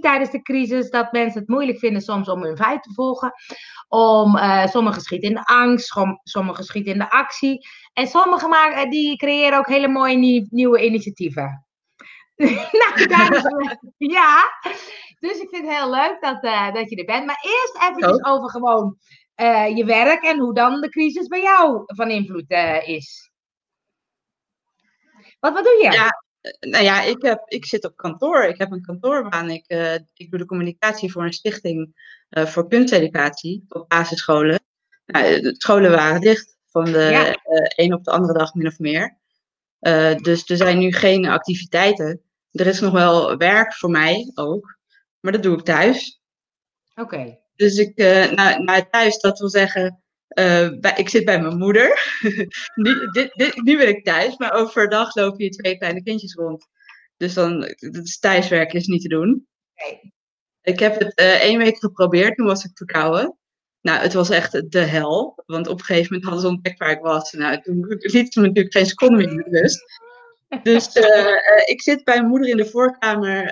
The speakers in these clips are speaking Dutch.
tijdens de crisis dat mensen het moeilijk vinden soms om hun vibe te volgen. Sommigen schieten in de angst, sommigen schieten in de actie. En sommigen die creëren ook hele mooie nieuwe initiatieven. Nou, dames ja. Dus ik vind het heel leuk dat je er bent. Maar eerst eventjes over gewoon je werk en hoe dan de crisis bij jou van invloed is. Wat doe je? Ja, nou ja, ik zit op kantoor. Ik heb een kantoorbaan. Ik doe de communicatie voor een stichting voor kunsteducatie op basisscholen. Nou, de scholen waren dicht van de een op de andere dag min of meer. Dus er zijn nu geen activiteiten. Er is nog wel werk voor mij ook, maar dat doe ik thuis. Oké. Dus thuis, dat wil zeggen, ik zit bij mijn moeder. nu ben ik thuis, maar overdag lopen hier 2 kleine kindjes rond. Dus thuiswerken is niet te doen. Nee. Ik heb het 1 week geprobeerd, toen was ik verkouden. Nou, het was echt de hel, want op een gegeven moment hadden ze ontdekt waar ik was. Nou, toen liet ze me natuurlijk geen seconde meer in rust. Dus ik zit bij mijn moeder in de voorkamer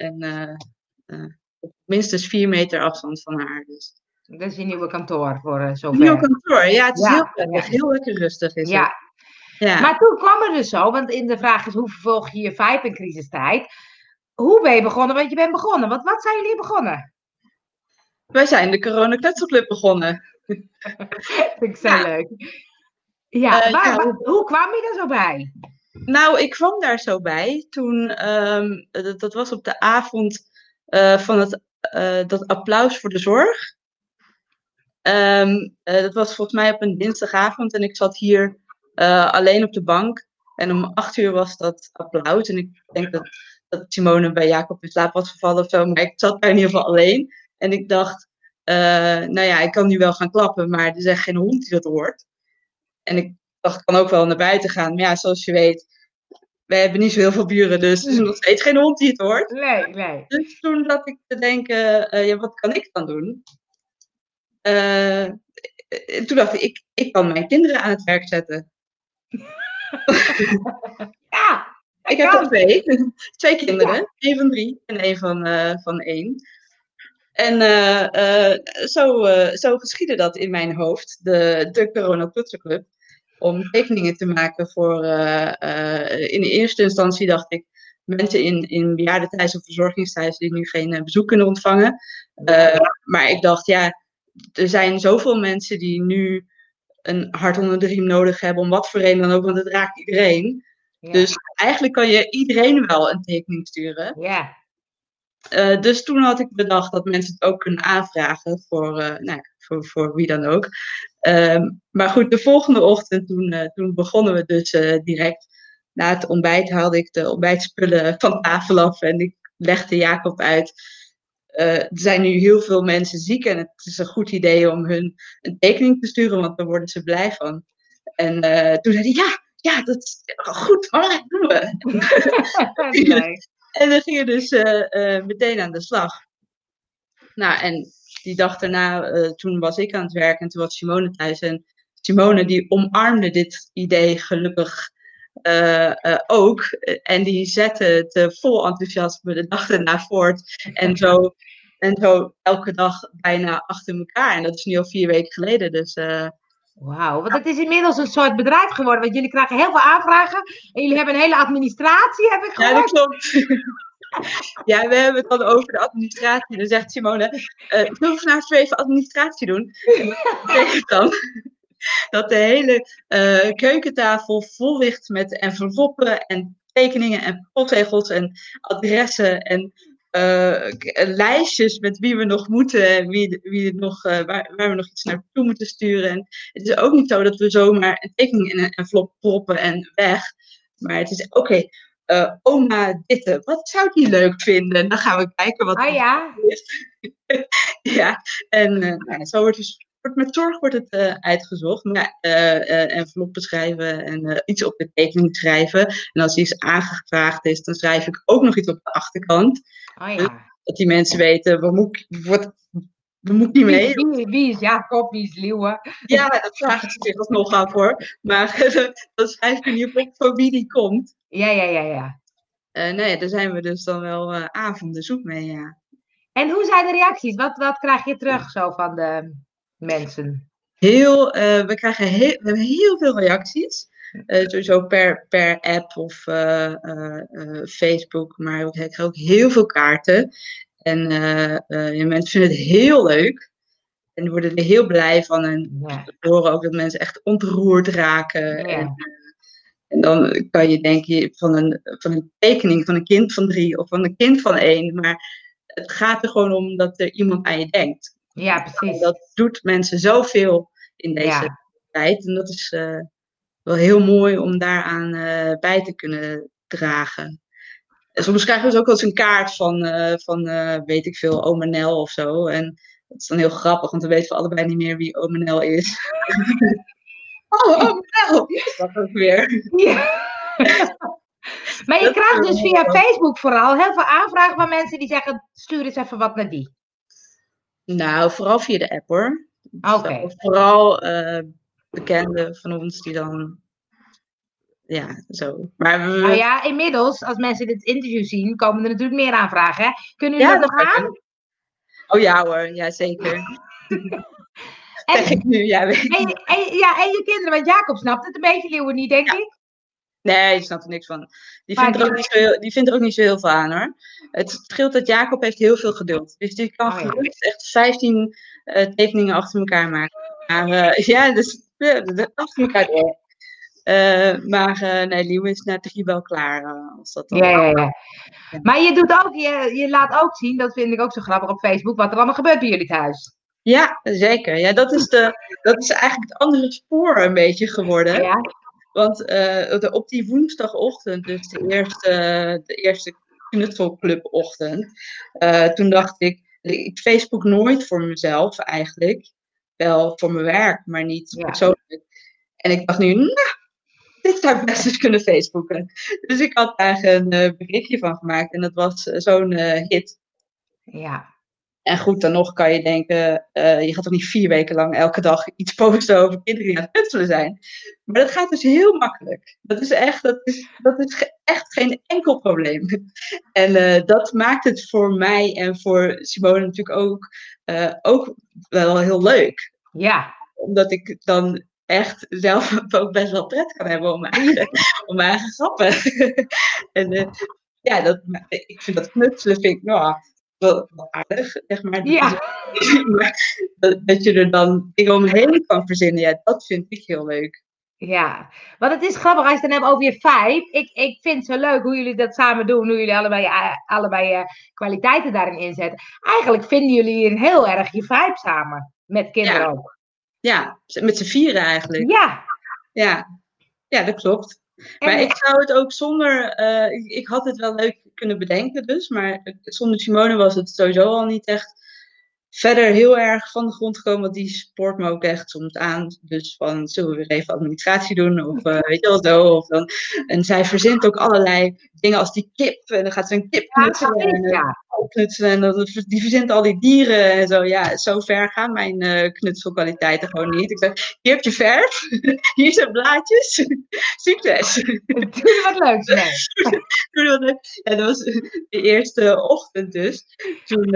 op minstens 4 meter afstand van haar. Dus. Dat is je nieuwe kantoor voor zover. Nieuw kantoor, ja, het is heel prettig, heel lekker rustig is het. Ja. Maar toen kwam het dus zo, want de vraag is hoe vervolg je je vibe in crisistijd? Hoe ben je begonnen? Want je bent begonnen. Wat zijn jullie begonnen? Wij zijn de Corona Knutselclub begonnen. Vind ik zo leuk. Hoe kwam je er zo bij? Nou, ik kwam daar zo bij toen, dat was op de avond van dat applaus voor de zorg. Dat was volgens mij op een dinsdagavond en ik zat hier alleen op de bank. En om 8:00 was dat applaus. En ik denk dat Simone bij Jacob in slaap was gevallen of zo. Maar ik zat daar in ieder geval alleen. En ik dacht, ik kan nu wel gaan klappen, maar er is echt geen hond die dat hoort. En ik dacht, ik kan ook wel naar buiten gaan. Maar ja, zoals je weet, wij hebben niet zo heel veel buren, dus er is nog steeds geen hond die het hoort. Nee. Dus toen dacht ik te denken, wat kan ik dan doen? Toen dacht ik kan mijn kinderen aan het werk zetten. Ik heb er 2 kinderen. 1 van 3 en 1 van 1. En zo geschiedde dat in mijn hoofd, de Corona Knutselclub, om tekeningen te maken voor, in de eerste instantie dacht ik, mensen in bejaardentehuis of verzorgingstehuis die nu geen bezoek kunnen ontvangen. Maar ik dacht, er zijn zoveel mensen die nu een hart onder de riem nodig hebben, om wat voor reden dan ook, want het raakt iedereen. Ja. Dus eigenlijk kan je iedereen wel een tekening sturen. Ja. Dus toen had ik bedacht dat mensen het ook kunnen aanvragen voor wie dan ook. Maar goed, de volgende ochtend toen begonnen we dus direct. Na het ontbijt haalde ik de ontbijtspullen van tafel af en ik legde Jacob uit. Er zijn nu heel veel mensen ziek en het is een goed idee om hun een tekening te sturen, want daar worden ze blij van. En toen zei hij, ja, dat is goed, dat doen we. En dan ging je dus meteen aan de slag. Nou, en die dag daarna, toen was ik aan het werk en toen was Simone thuis. En Simone die omarmde dit idee gelukkig ook. En die zette het vol enthousiasme de dag daarna voort. En zo elke dag bijna achter elkaar. En dat is nu al 4 weken geleden. Dus... Wauw, want het is inmiddels een soort bedrijf geworden. Want jullie krijgen heel veel aanvragen. En jullie hebben een hele administratie, heb ik gehoord. Ja, dat klopt. Ja, we hebben het dan over de administratie. Dan zegt Simone, zullen we vanavond even administratie doen? En dat betekent dan dat de hele keukentafel vol ligt met enveloppen en tekeningen en postzegels en adressen en lijstjes met wie we nog moeten en waar we nog iets naartoe moeten sturen. En het is ook niet zo dat we zomaar een tekening in een envelop proppen en weg. Maar het is oké. Oma dit, wat zou die leuk vinden? Dan gaan we kijken wat is. Ja, en zo met zorg wordt het uitgezocht. Maar enveloppen schrijven en iets op de tekening schrijven. En als iets aangevraagd is, dan schrijf ik ook nog iets op de achterkant. Dus dat die mensen weten, waar moet ik mee? Wie is Jacob, wie is Liewe? Ja, dat vragen ze zich alsnog af hoor. Maar dan schrijf ik in ieder geval voor wie die komt. Ja. Daar zijn we dus dan wel avonden zoek mee, ja. En hoe zijn de reacties? Wat krijg je terug zo van de mensen? We hebben heel veel reacties. Sowieso per app of Facebook. Maar ik krijg ook heel veel kaarten. En mensen vinden het heel leuk. En die worden er heel blij van. En we horen ook dat mensen echt ontroerd raken. Ja. En dan kan je denken van een tekening van een kind van 3 of van een kind van 1. Maar het gaat er gewoon om dat er iemand aan je denkt. Ja, precies. En dat doet mensen zoveel in deze tijd. En dat is wel heel mooi om daaraan bij te kunnen dragen. En soms krijgen we dus ook wel eens een kaart van weet ik veel, Ome Nel of zo. En dat is dan heel grappig, want dan weten we allebei niet meer wie Ome Nel is. Ome Nel! Dat ook weer. Ja. Maar je krijgt dus via Facebook vooral heel veel aanvragen van mensen die zeggen, stuur eens even wat naar die. Nou, vooral via de app hoor. Oké. Vooral bekenden van ons die dan, ja, zo. Maar Nou ja, inmiddels, als mensen dit interview zien, komen er natuurlijk meer aanvragen. Hè? Kunnen jullie dat nog aan? Oh ja hoor, ja zeker. Zeg ik nu, ja, weet en je kinderen, want Jacob snapt het een beetje, Leeuwen niet, denk ik. Nee, die snapt er niks van. Die vindt er ook niet zo heel veel aan hoor. Het scheelt dat Jacob heeft heel veel geduld. Dus die kan gerust echt 15 tekeningen achter elkaar maken. Maar dus achter elkaar door. Nee, Leeuwen is na 3 wel klaar. Als dat dan ja. Maar je doet ook, je laat ook zien, dat vind ik ook zo grappig op Facebook, wat er allemaal gebeurt bij jullie thuis. Ja, zeker. Ja, dat is eigenlijk het andere spoor een beetje geworden. Ja. Want op die woensdagochtend, dus de eerste knutselclubochtend, toen dacht ik Facebook nooit voor mezelf eigenlijk. Wel voor mijn werk, maar niet persoonlijk. En ik dacht nu, dit zou ik best eens kunnen Facebooken. Dus ik had daar een berichtje van gemaakt en dat was zo'n hit. Ja. En goed, dan nog kan je denken, je gaat toch niet 4 weken lang elke dag iets posten over kinderen die aan het knutselen zijn. Maar dat gaat dus heel makkelijk. Dat is echt geen enkel probleem. En dat maakt het voor mij en voor Simone natuurlijk ook wel heel leuk. Ja. Omdat ik dan echt zelf ook best wel pret kan hebben om mijn eigen grappen. En ik vind dat knutselen, wel aardig, zeg maar. Ja. Dat je er dan dingen omheen kan verzinnen, ja, dat vind ik heel leuk. Ja, want het is grappig als je het dan hebt over je vibe. Ik vind het zo leuk hoe jullie dat samen doen, hoe jullie allebei kwaliteiten daarin inzetten. Eigenlijk vinden jullie hier heel erg je vibe samen, met kinderen ook. Ja, met z'n 4 eigenlijk. Ja, dat klopt. Maar ik zou het ook zonder, ik had het wel leuk kunnen bedenken dus, maar zonder Simone was het sowieso al niet echt verder heel erg van de grond gekomen, want die spoort me ook echt soms aan. Dus van, zullen we weer even administratie doen? Of weet je wel zo. En zij verzint ook allerlei dingen als die kip. En dan gaat ze een kip knutselen. En die verzint al die dieren en zo. Ja, zo ver gaan mijn knutselkwaliteiten gewoon niet. Ik zeg, hier heb je verf. Hier zijn blaadjes. Succes. Doe er wat leuks mee. Ja, dat was de eerste ochtend dus. Toen...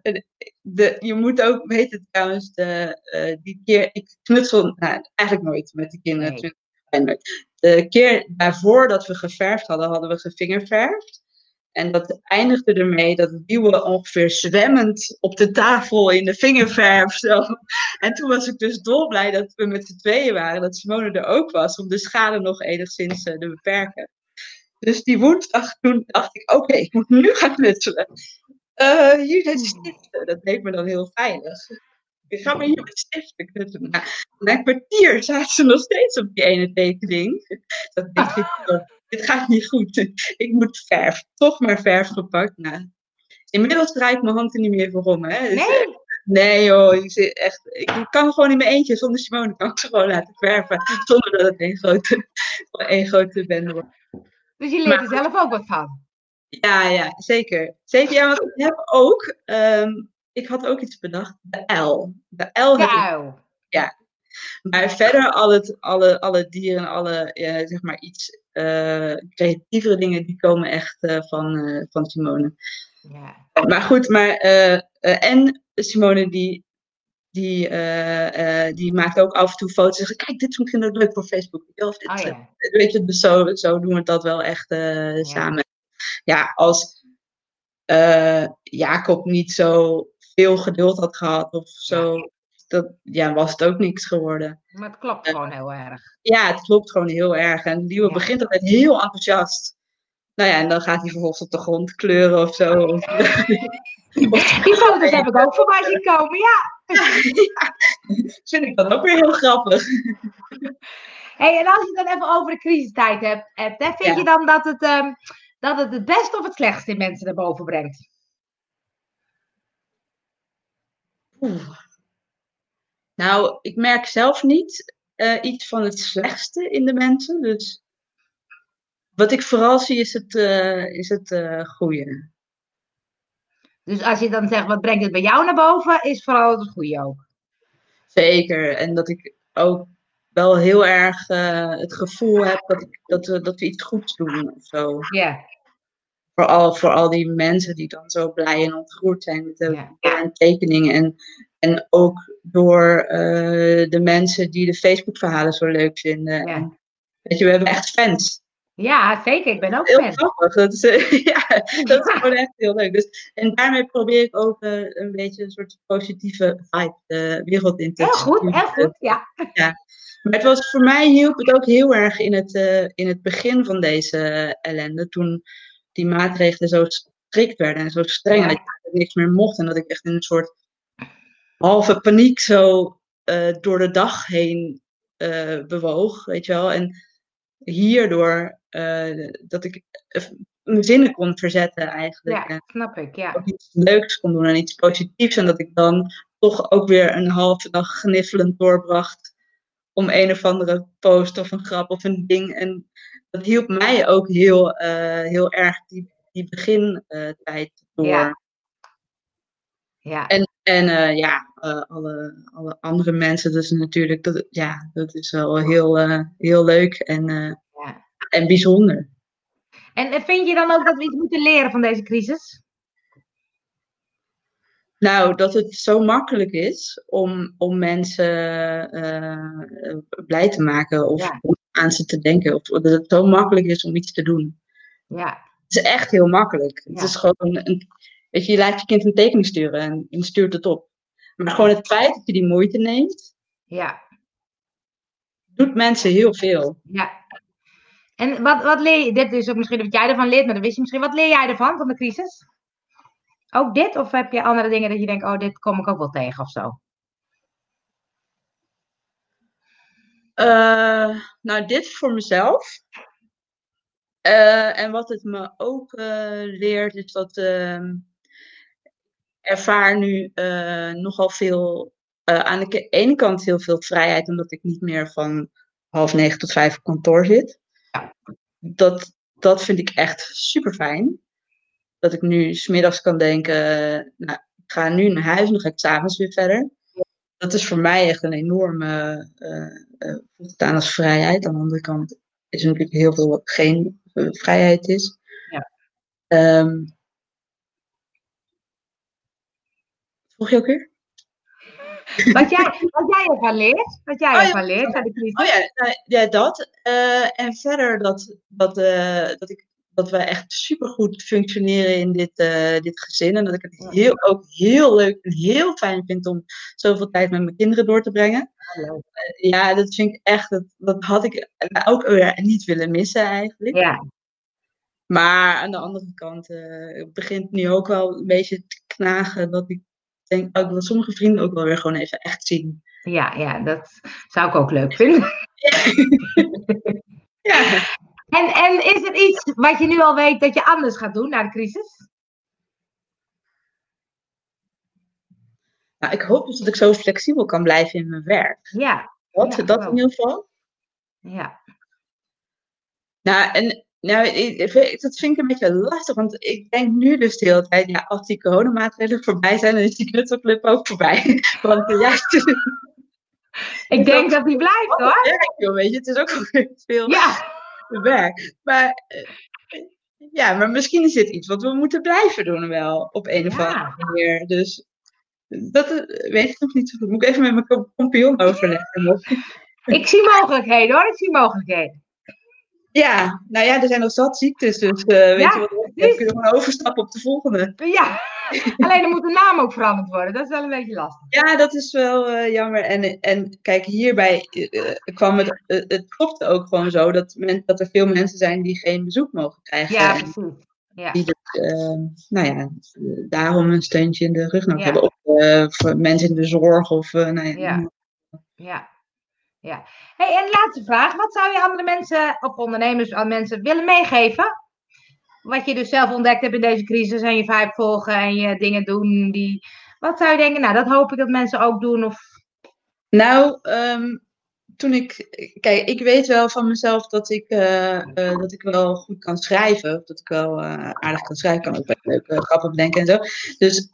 je moet ook weten trouwens, die keer, ik knutsel eigenlijk nooit met de kinderen. Nee. De keer daarvoor dat we geverfd hadden we gevingerverfd. En dat eindigde ermee dat we ongeveer zwemmend op de tafel in de vingerverf. Zo. En toen was ik dus dolblij dat we met z'n tweeën waren, dat Simone er ook was, om de schade nog enigszins te beperken. Dus die woensdag toen dacht ik, oké, ik moet nu gaan knutselen. Hier zijn de stiften. Dat leek me dan heel veilig. Ik ga maar hier met stiften knutselen. Na een kwartier zaten ze nog steeds op die ene tekening. Dit gaat niet goed. Ik moet verf. Toch maar verf gepakt. Inmiddels draai ik mijn hand er niet meer voor om. Hè. Dus, nee joh, ik kan gewoon in mijn eentje. Zonder Simone kan ik ze gewoon laten verven. Zonder dat het één grote bende wordt. Dus je leert er zelf ook wat van? Ja, zeker. Zeker, ja, want ik heb ook... ik had ook iets bedacht. De uil. De uil. Ja. Maar verder alle dieren, alle zeg maar iets creatievere dingen, die komen echt van Simone. Ja. Maar goed, En Simone die maakt ook af en toe foto's en zegt, kijk, dit is misschien ook leuk voor Facebook. Of dit, Oh ja. weet je, dus zo doen we dat wel echt samen. Ja, als Jacob niet zo veel geduld had gehad of zo, was het ook niks geworden. Maar het klopt gewoon heel erg. Ja, het klopt gewoon heel erg. En Liewe begint altijd heel enthousiast. Nou ja, en dan gaat hij vervolgens op de grond kleuren of zo. Die foto's heb ik ook voorbij zien komen, ja. Vind ik dan ook weer heel grappig. Hey, en als je het dan even over de crisistijd hebt, vind je dan dat het beste of het slechtste in mensen naar boven brengt? Nou, ik merk zelf niet iets van het slechtste in de mensen. Dus wat ik vooral zie is het goede. Dus als je dan zegt, wat brengt het bij jou naar boven, is vooral het goede ook. Zeker. En dat ik ook wel heel erg het gevoel heb dat we iets goeds doen of zo. Ja. Voor al die mensen die dan zo blij en ontroerd zijn met de tekeningen. En ook door de mensen die de Facebook-verhalen zo leuk vinden. Ja. En, weet je, we hebben echt fans. Ja, zeker. Ik ben ook heel fan. Grappig. Dat is gewoon echt heel leuk. Dus, en daarmee probeer ik ook een beetje een soort positieve vibe de wereld in te sturen. Heel goed, ja. Maar het was voor mij hielp het ook heel erg in het begin van deze ellende. Toen die maatregelen zo strikt werden en zo streng. En dat je niks meer mocht. En dat ik echt in een soort halve paniek zo door de dag heen bewoog. Weet je wel. En hierdoor dat ik mijn zinnen kon verzetten eigenlijk. Ja, snap ik, ja. Ook iets leuks kon doen en iets positiefs. En dat ik dan toch ook weer een halve dag gniffelend doorbracht om een of andere post of een grap of een ding. En dat hielp mij ook heel erg die begintijd door. Ja. Alle andere mensen, dus natuurlijk, dat is wel heel leuk en bijzonder. En vind je dan ook dat we iets moeten leren van deze crisis? Nou, dat het zo makkelijk is om mensen blij te maken of om aan ze te denken. Of dat het zo makkelijk is om iets te doen. Ja. Het is echt heel makkelijk. Het is gewoon weet je laat je kind een tekening sturen en je stuurt het op. Maar gewoon het feit dat je die moeite neemt, doet mensen heel veel. Ja. En wat leer je, dit is ook misschien wat jij ervan leert, maar dan wist je misschien, wat leer jij ervan, van de crisis? Ook dit? Of heb je andere dingen dat je denkt, oh, dit kom ik ook wel tegen of zo? Nou, dit voor mezelf. En wat het me ook leert, is dat ervaar nu nogal veel, aan de ene kant heel veel vrijheid, omdat ik niet meer van 8:30 tot 5 op kantoor zit. Dat vind ik echt super fijn. Dat ik nu 's middags kan denken, nou, ik ga nu naar huis en dan ga ik 's avonds weer verder. Dat is voor mij echt een enorme voelt het aan als vrijheid. Aan de andere kant is er natuurlijk heel veel wat geen vrijheid is. Vroeg je ook weer? Wat jij ervan leert? Wat jij ervan leert van de crisis? Dat. En verder dat we echt supergoed functioneren in dit gezin. En dat ik het ook heel leuk en heel fijn vind om zoveel tijd met mijn kinderen door te brengen. Dat vind ik echt, dat had ik ook weer niet willen missen eigenlijk. Ja. Maar aan de andere kant begint nu ook wel een beetje te knagen dat ik denk ook dat sommige vrienden ook wel weer gewoon even echt zien. Ja, dat zou ik ook leuk vinden. En is er iets wat je nu al weet dat je anders gaat doen na de crisis? Nou, ik hoop dus dat ik zo flexibel kan blijven in mijn werk. Ja. Dat in ieder geval. Ja. Dat vind ik een beetje lastig, want ik denk nu dus de hele tijd, als die coronamaatregelen voorbij zijn, dan is die knutselclub ook voorbij. Want ik denk dat die blijft, hoor. Werk, joh, weet je, het is ook veel werk. Maar misschien is dit iets wat we moeten blijven doen wel, op een of andere manier. Dus Dat weet ik nog niet zo goed. Moet ik even met mijn compagnon overleggen. Ik zie mogelijkheden hoor, ik zie mogelijkheden. Ja, nou ja, er zijn nog zat ziektes, dus weet je wat, dan precies. kun je gewoon overstappen op de volgende. Ja, alleen dan moet de naam ook veranderd worden. Dat is wel een beetje lastig. Ja, dat is wel jammer. En kijk, hierbij kwam het klopte ook gewoon zo dat er veel mensen zijn die geen bezoek mogen krijgen. Ja, precies. Ja. Die dus, nou ja, daarom een steuntje in de rug nodig Ja. hebben. Of voor mensen in de zorg. Of, nou ja. Ja. Ja. Ja. Hey, en laatste vraag. Wat zou je andere mensen, of ondernemers, aan mensen willen meegeven? Wat je dus zelf ontdekt hebt in deze crisis en je vibe volgen en je dingen doen. Wat zou je denken? Nou, dat hoop ik dat mensen ook doen. Of... Nou, kijk, ik weet wel van mezelf dat ik wel goed kan schrijven. Of dat ik wel aardig kan schrijven. Ik kan ook wel leuke grappen bedenken en zo. Dus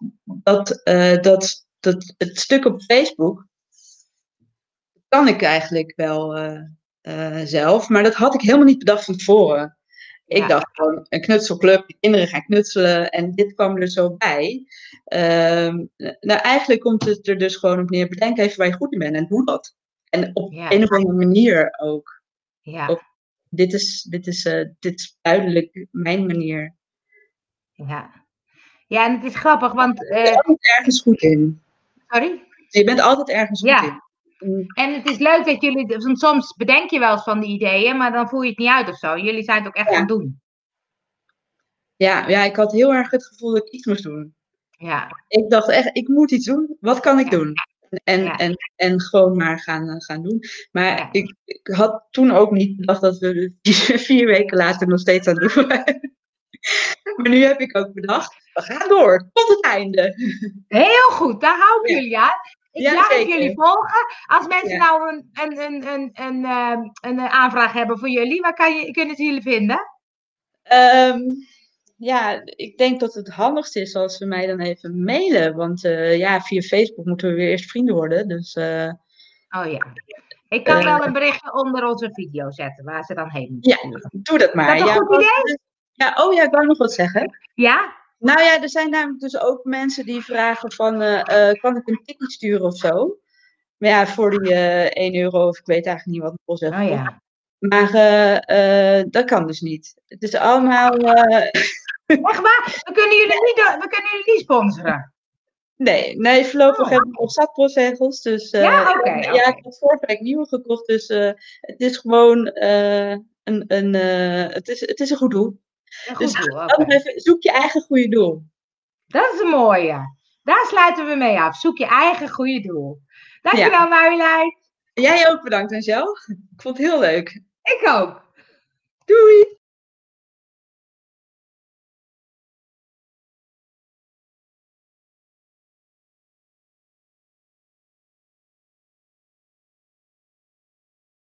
het stuk op Facebook kan ik eigenlijk wel zelf. Maar dat had ik helemaal niet bedacht van tevoren. Ja. Ik dacht gewoon een knutselclub, de kinderen gaan knutselen en dit kwam er zo bij. Nou, eigenlijk komt het er dus gewoon op neer, bedenk even waar je goed in bent en doe dat. En op een of andere manier ook. Ja. Ook dit is duidelijk mijn manier. Ja. Ja, en het is grappig, want... Je bent altijd ergens goed in. Sorry? Je bent altijd ergens goed in. En het is leuk dat jullie... Soms bedenk je wel eens van die ideeën, maar dan voer je het niet uit of zo. Jullie zijn het ook echt gaan doen. Ja, ik had heel erg het gevoel dat ik iets moest doen. Ja. Ik dacht echt, ik moet iets doen. Wat kan ik doen? En gewoon maar gaan doen. Maar ik had toen ook niet bedacht dat we 4 weken later nog steeds aan het doen waren. Maar nu heb ik ook bedacht, we gaan door tot het einde. Heel goed, daar hou ik jullie aan. Ik blijf jullie volgen. Als mensen nou een aanvraag hebben voor jullie, waar kunnen ze jullie vinden? Ja, ik denk dat het handigst is als ze mij dan even mailen. Want via Facebook moeten we weer eerst vrienden worden. Dus, oh ja. Ik kan wel een berichtje onder onze video zetten waar ze dan heen moeten. Ja, doe dat maar. Is dat een goed idee? Ja, ik wou nog wat zeggen. Ja? Nou ja, er zijn namelijk dus ook mensen die vragen van, kan ik een ticket sturen of zo? Maar ja, voor die 1 euro, of ik weet eigenlijk niet wat het kost. Oh ja. Maar dat kan dus niet. Het is allemaal... Echt waar? We kunnen jullie niet sponsoren. Nee, voorlopig hebben we nog zat postzegels. Dus, oké. Ja, ik had vorige week nieuwe gekocht. Dus het is gewoon het is een goed doel. Een goed doel, even, zoek je eigen goede doel. Dat is een mooie. Daar sluiten we mee af. Zoek je eigen goede doel. Dankjewel, Marjolein. Jij ook bedankt, Angel. Ik vond het heel leuk. Ik ook. Doei!